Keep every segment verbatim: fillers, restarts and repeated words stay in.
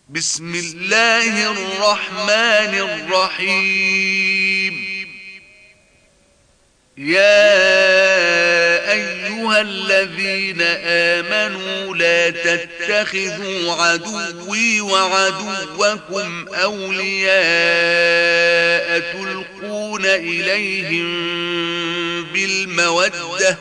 بسم الله الرحمن الرحيم. يا أيها الذين آمنوا لا تتخذوا عدوي وعدوكم أولياء تلقون إليهم بالمودة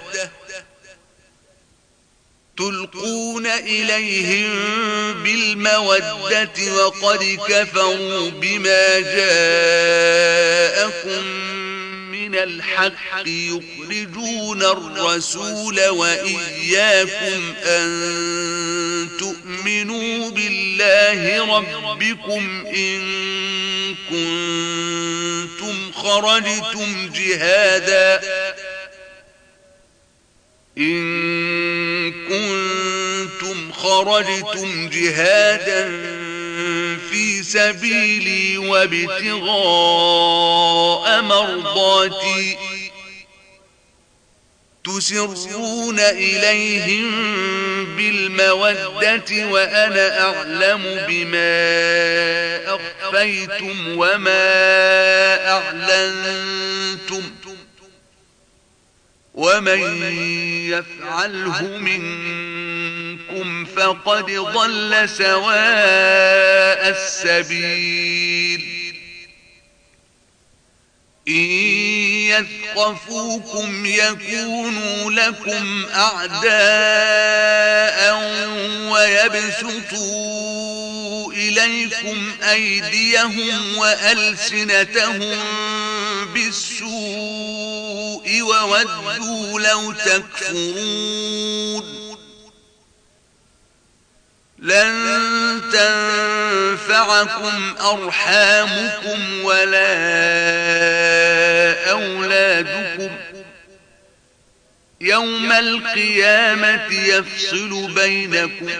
تلقون إليهم بالمودة وقد كفروا بما جاءكم من الحق يخرجون الرسول وإياكم أن تؤمنوا بالله ربكم إن كنتم خرجتم جهادا إن كنتم خرجتم جهادا في سبيلي وابتغاء مرضاتي تسرون إليهم بالمودة وأنا أعلم بما أخفيتم وما أعلنتم ومن يفعله منكم فقد ضل سواء السبيل. إن يثقفوكم يكونوا لكم أعداء ويبسطوا إليكم أيديهم وألسنتهم بالسوء وودوا لو تكفرون. لن تنفعكم أرحامكم ولا أولادكم يوم القيامة يفصل بينكم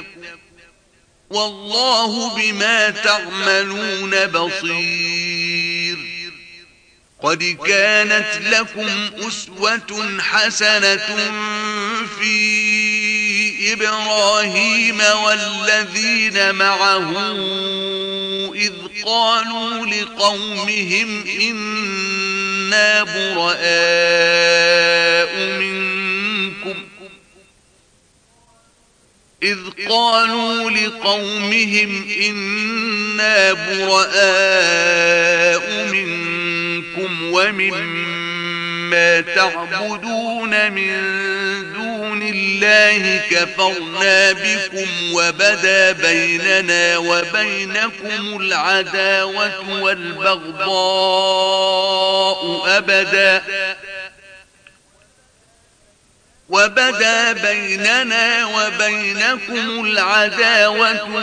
والله بما تعملون بصير. قد كانت لكم أسوة حسنة في إبراهيم والذين معه إذ قالوا لقومهم إنا براء منكم إذ قالوا لقومهم إنا براء منكم ومما تعبدون من دون الله كفرنا بكم وبدا بيننا وبينكم العداوة والبغضاء أبدا وبدا بيننا وبينكم العداوة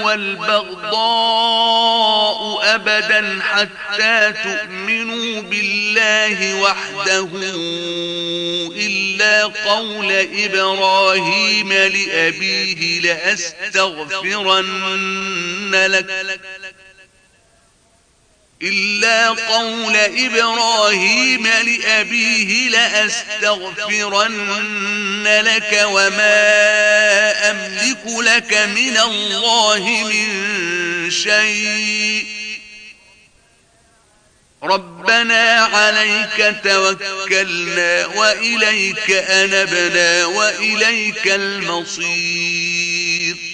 والبغضاء أبدا حتى تؤمنوا بالله وحده إلا قول إبراهيم لأبيه لأستغفرن لك إلا قول إبراهيم لأبيه لأستغفرن لك وما أملك لك من الله من شيء ربنا عليك توكلنا وإليك أنبنا وإليك المصير.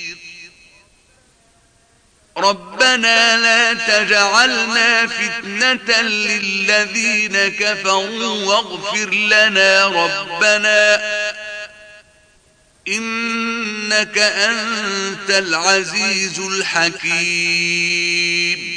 ربنا لا تجعلنا فتنة للذين كفروا واغفر لنا ربنا إنك أنت العزيز الحكيم.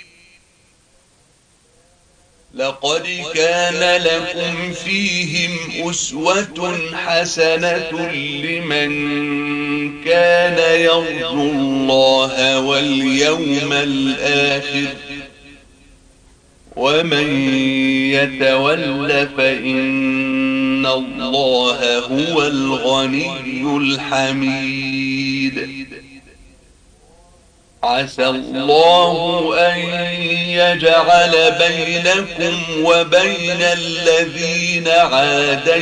لقد كان لكم فيهم أسوة حسنة لمن كان يرجو الله واليوم الآخر ومن يتول فإن الله هو الغني الحميد. عسى الله أن يجعل بينكم وبين الذين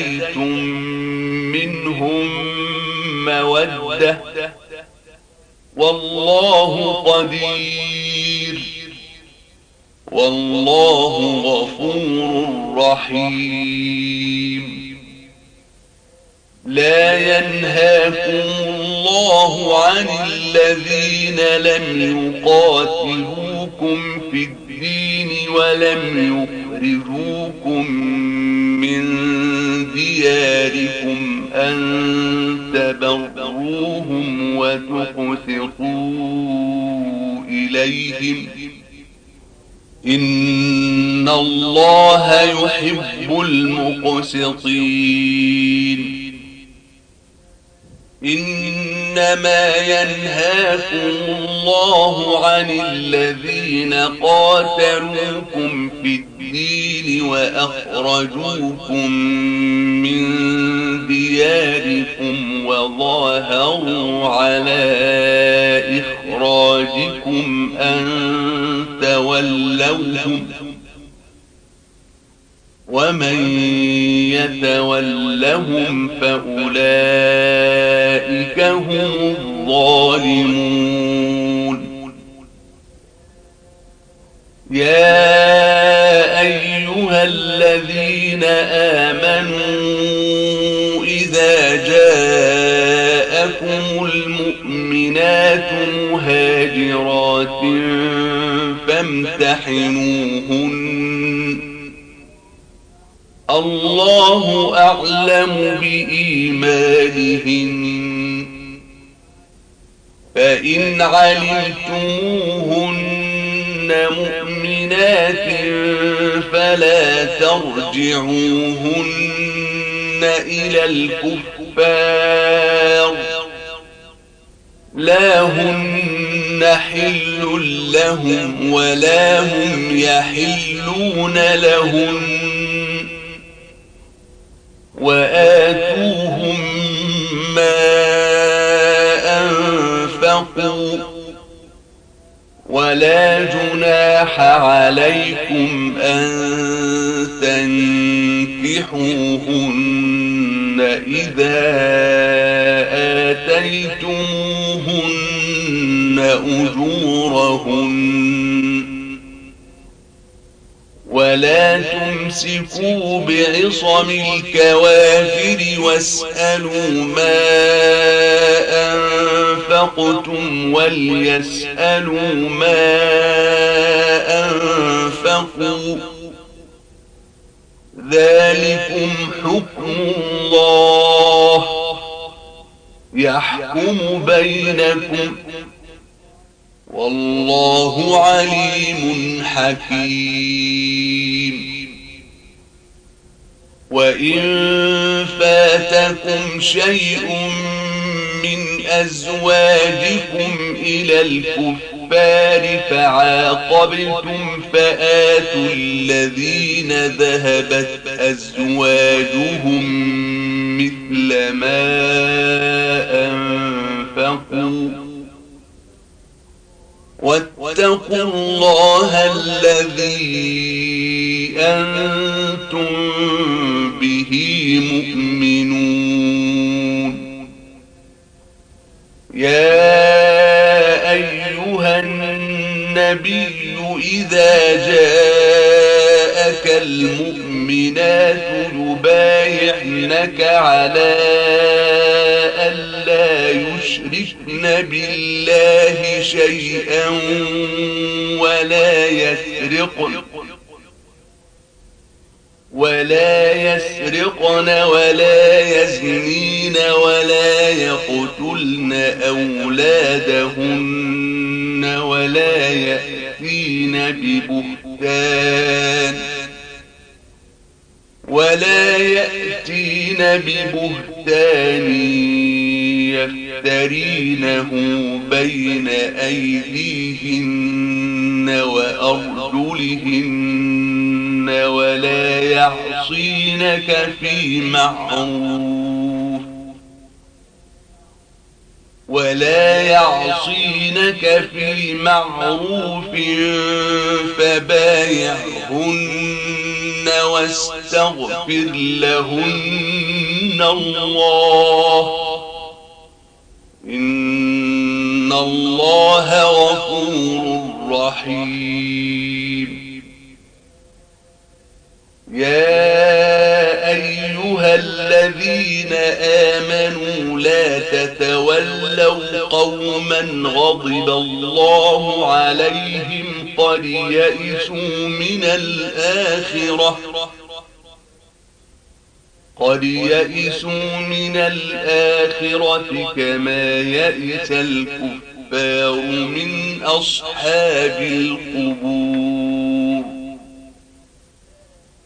عاديتم منهم مودة والله قدير والله غفور رحيم. لا ينهاكم الله عن الذين لم يقاتلوكم في الدين ولم يخرجوكم من دياركم أن تبروهم وتقسطوا إليهم إن الله يحب المقسطين. إنما ينهاكم الله عن الذين قاتلوكم في الدين وأخرجوكم من دياركم وظاهروا على إخراجكم أن تولوهم ومن يتولهم فأولئك هم الظالمون. يا أيها الذين آمنوا إذا جاءكم المؤمنات مهاجرات فامتحنوهن الله أعلم بإيمانهن فإن علمتموهن مؤمنات فلا ترجعوهن إلى الكفار لا هن حل لهم ولا هم يحلون لهن وآتوهم ما أنفقوا ولا جناح عليكم أن تنكحوهن إذا آتيتموهن أجورهن ولا تمسكوا بعصم الكوافر واسألوا ما أنفقتم وليسألوا ما أنفقوا ذلكم حكم الله يحكم بينكم والله عليم حكيم. وإن فاتكم شيء من أزواجكم إلى الكفار فعاقبتم فآتوا الذين ذهبت أزواجهم مثل ما أنفقوا واتقوا الله الذي أنتم به مؤمنون. يا أيها النبي إذا جاءك المؤمنات يبايعنك على ألا يشركن بالله شيئا ولا يسرقن ولا يسرقن ولا يزنين ولا يقتلن أولادهن ولا يأتين ببهتان ولا يأتين ببهتان يفترينه بين أيديهن وأرجلهن ولا يعصينك في معروف ولا يعصينك في معروف فبايعهن واستغفر لهن الله إن الله غفور رحيم. يا أيها الذين آمنوا لا تتولوا قوما غضب الله عليهم قد يئسوا من الآخرة قد يئسوا من الآخرة كما يئس الكفار من أصحاب القبور.